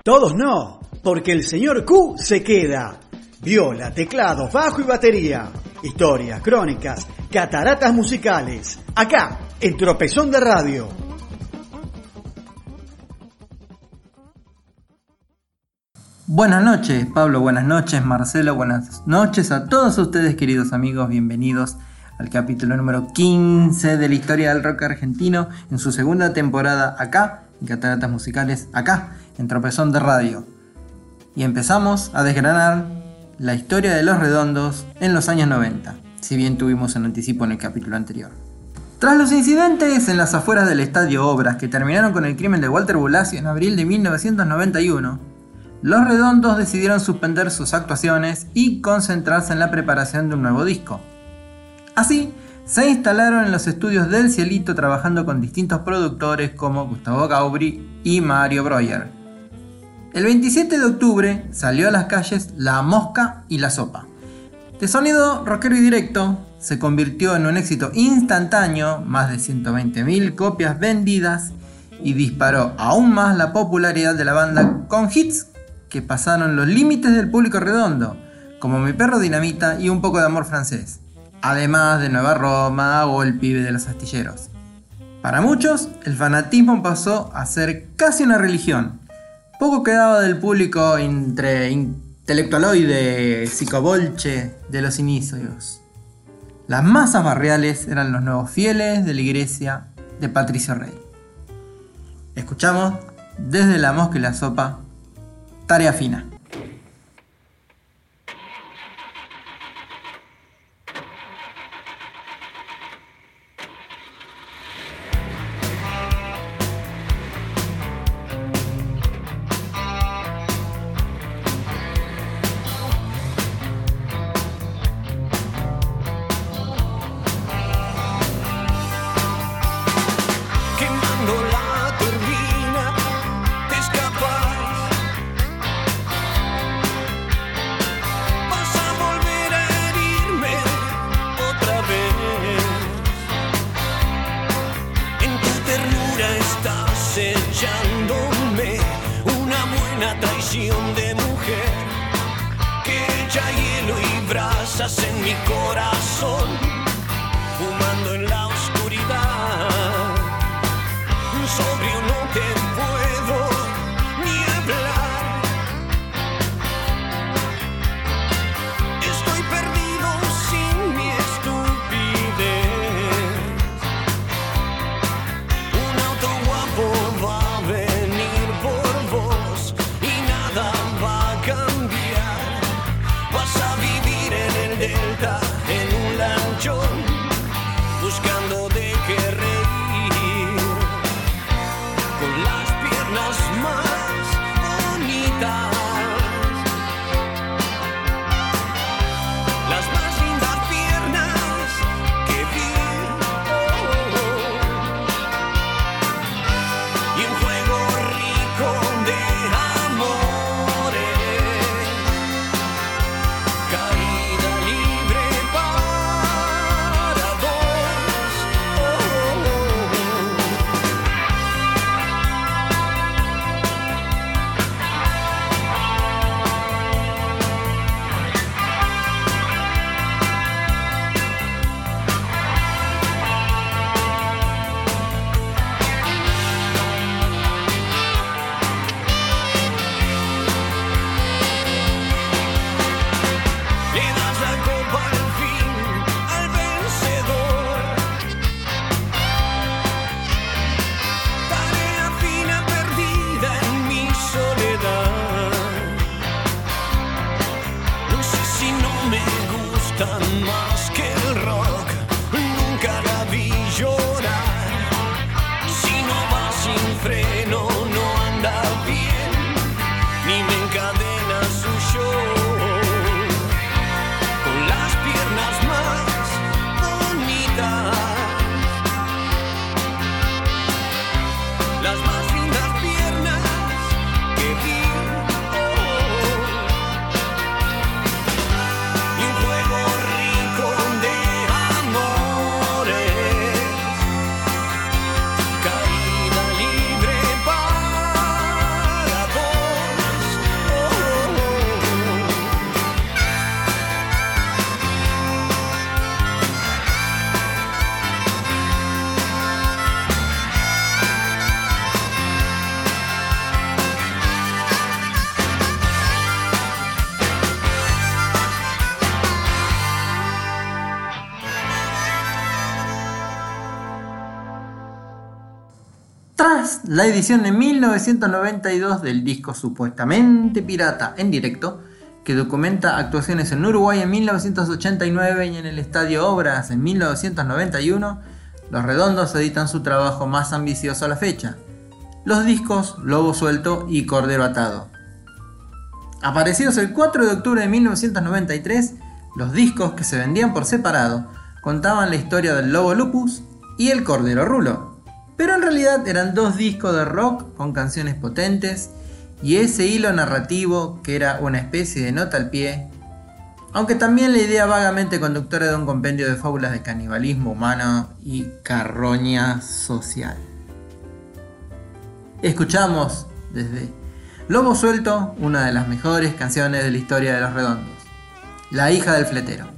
Todos no, porque el señor Q se queda. Viola, teclado, bajo y batería. Historias, crónicas, cataratas musicales. Acá, en Tropezón de Radio. Buenas noches, Pablo. Buenas noches, Marcelo. Buenas noches a todos ustedes, queridos amigos. Bienvenidos al capítulo número 15 de la historia del rock argentino en su segunda temporada acá, en Cataratas Musicales, acá, en Tropezón de Radio. Y empezamos a desgranar la historia de Los Redondos en los años 90, si bien tuvimos un anticipo en el capítulo anterior. Tras los incidentes en las afueras del Estadio Obras que terminaron con el crimen de Walter Bulacio en abril de 1991, Los Redondos decidieron suspender sus actuaciones y concentrarse en la preparación de un nuevo disco. Así, se instalaron en los estudios del Cielito trabajando con distintos productores como Gustavo Gaubri y Mario Breuer. El 27 de octubre salió a las calles La Mosca y La Sopa. De sonido rockero y directo, se convirtió en un éxito instantáneo, más de 120.000 copias vendidas, y disparó aún más la popularidad de la banda con hits que pasaron los límites del público redondo, como Mi Perro Dinamita y Un Poco de Amor Francés, además de Nueva Roma o El Pibe de los Astilleros. Para muchos, el fanatismo pasó a ser casi una religión. Poco quedaba del público entre intelectualoide, psicobolche de los inicios. Las masas barriales eran los nuevos fieles de la iglesia de Patricio Rey. Escuchamos desde La Mosca y La Sopa, Tarea Fina. De mujer que echa hielo y brasas en mi corazón, fumando en la oscuridad. Sobrio no te puedo ni hablar. Estoy perdido sin mi estupidez. Un auto guapo va a venir por vos. Va a cambiar, vas a vivir en el delta, en un lanchón, buscando de qué reír, con las piernas más bonitas, las más lindas piernas que vi, y un juego rico de más que el rock, nunca la vi llorar. Si no va sin freno, no anda bien, ni me encadena su show. Con las piernas más bonitas, las más lindas piernas que vi. Y un juego rico más la edición de 1992 del disco supuestamente pirata en directo, que documenta actuaciones en Uruguay en 1989 y en el Estadio Obras en 1991, Los Redondos editan su trabajo más ambicioso a la fecha, los discos Lobo Suelto y Cordero Atado. Aparecidos el 4 de octubre de 1993, los discos, que se vendían por separado, contaban la historia del Lobo Lupus y el Cordero Rulo, pero en realidad eran dos discos de rock con canciones potentes y ese hilo narrativo que era una especie de nota al pie, aunque también la idea vagamente conductora de un compendio de fábulas de canibalismo humano y carroña social. Escuchamos desde Lobo Suelto una de las mejores canciones de la historia de Los Redondos, La hija del fletero.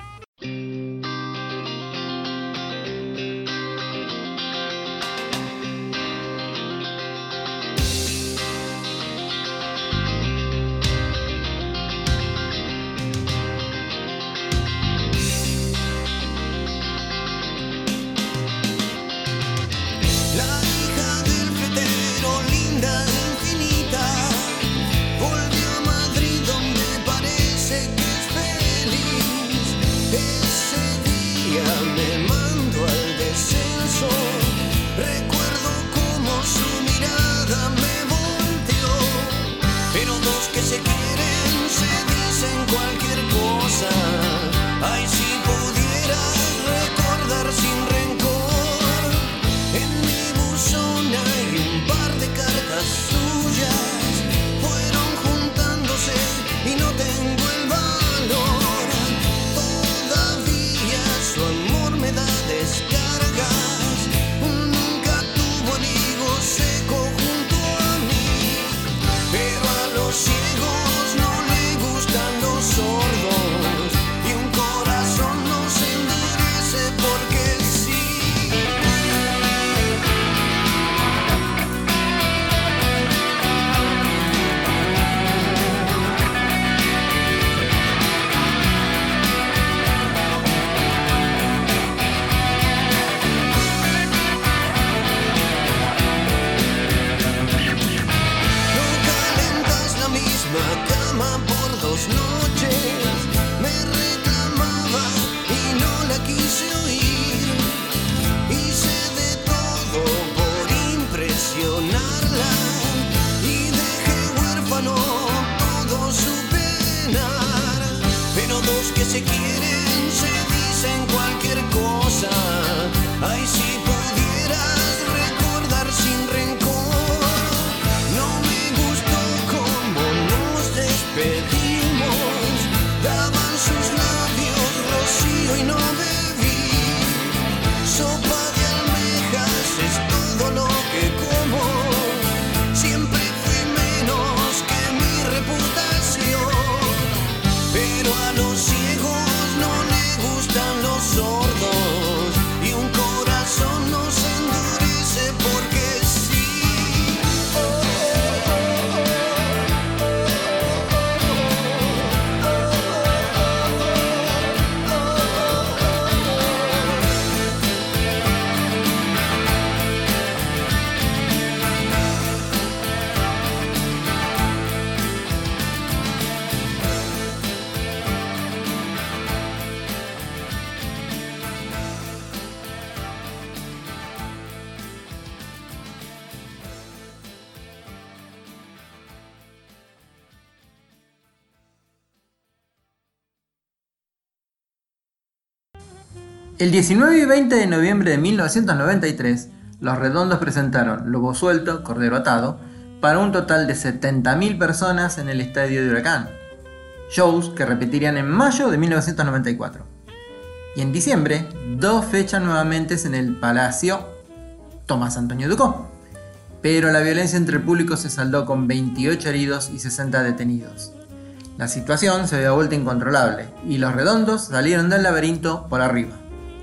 El 19 y 20 de noviembre de 1993, Los Redondos presentaron Lobo Suelto, Cordero Atado, para un total de 70.000 personas en el Estadio de Huracán, shows que repetirían en mayo de 1994. Y en diciembre, dos fechas nuevamente en el Palacio Tomás Antonio Ducó, pero la violencia entre el público se saldó con 28 heridos y 60 detenidos. La situación se había vuelto incontrolable y Los Redondos salieron del laberinto por arriba.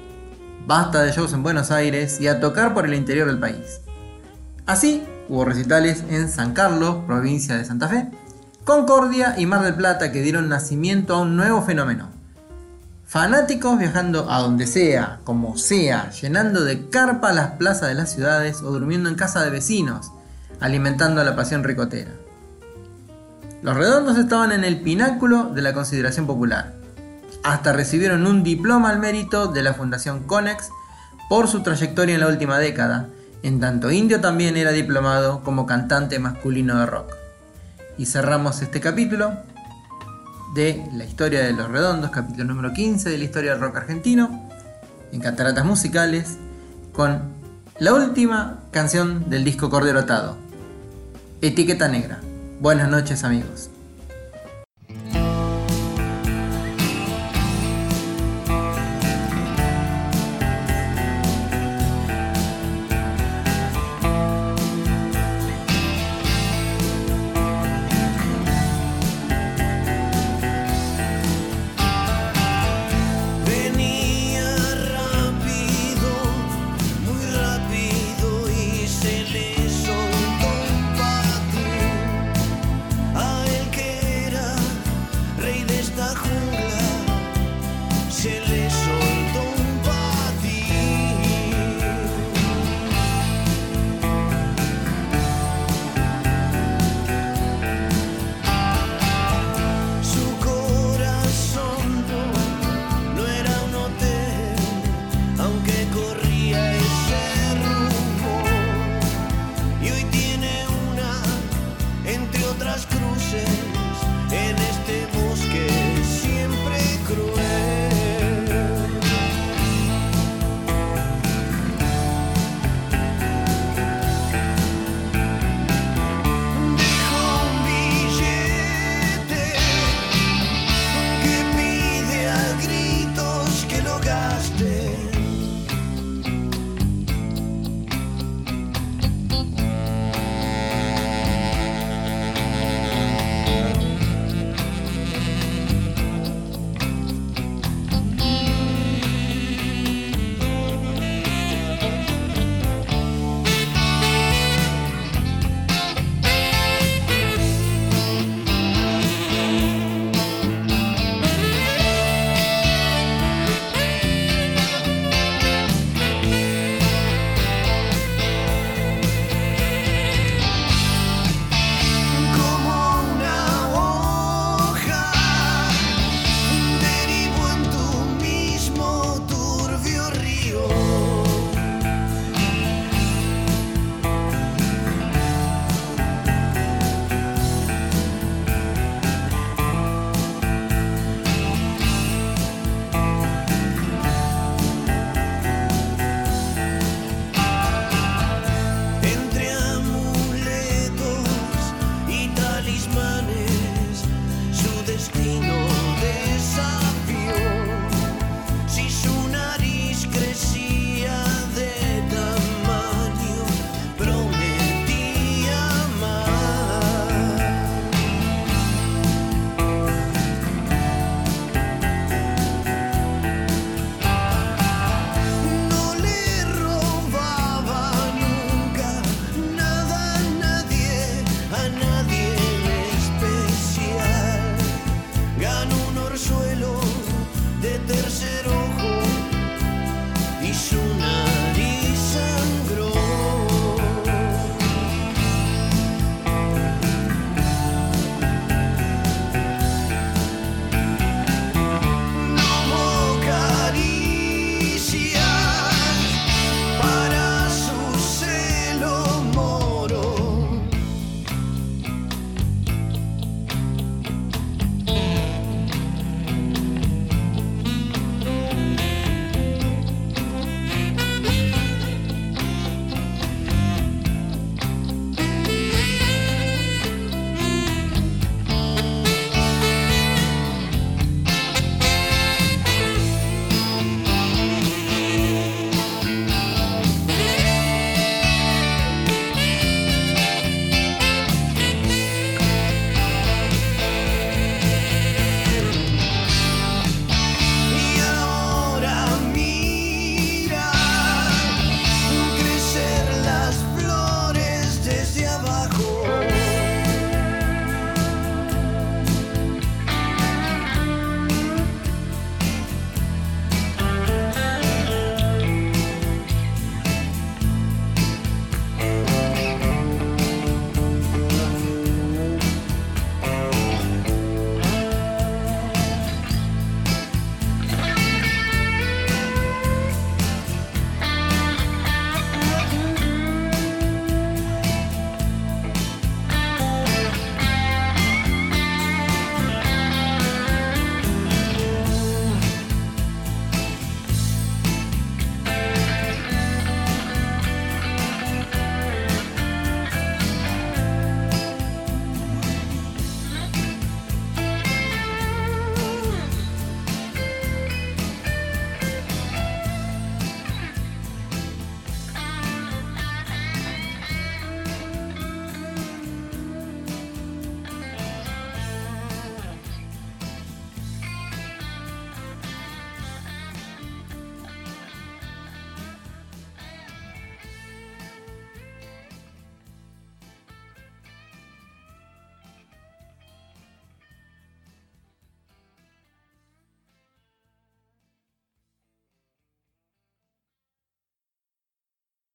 Basta de shows en Buenos Aires y a tocar por el interior del país. Así, hubo recitales en San Carlos, provincia de Santa Fe, Concordia y Mar del Plata que dieron nacimiento a un nuevo fenómeno. fanáticos viajando a donde sea, como sea, llenando de carpa las plazas de las ciudades o durmiendo en casa de vecinos, alimentando la pasión ricotera. Los Redondos estaban en el pináculo de la consideración popular. Hasta recibieron un diploma al mérito de la Fundación Konex por su trayectoria en la última década, en tanto Indio también era diplomado como cantante masculino de rock. Y cerramos este capítulo de la historia de Los Redondos, capítulo número 15 de la historia del rock argentino, en Cataratas Musicales, con la última canción del disco Cordero Atado, Etiqueta Negra. Buenas noches, amigos.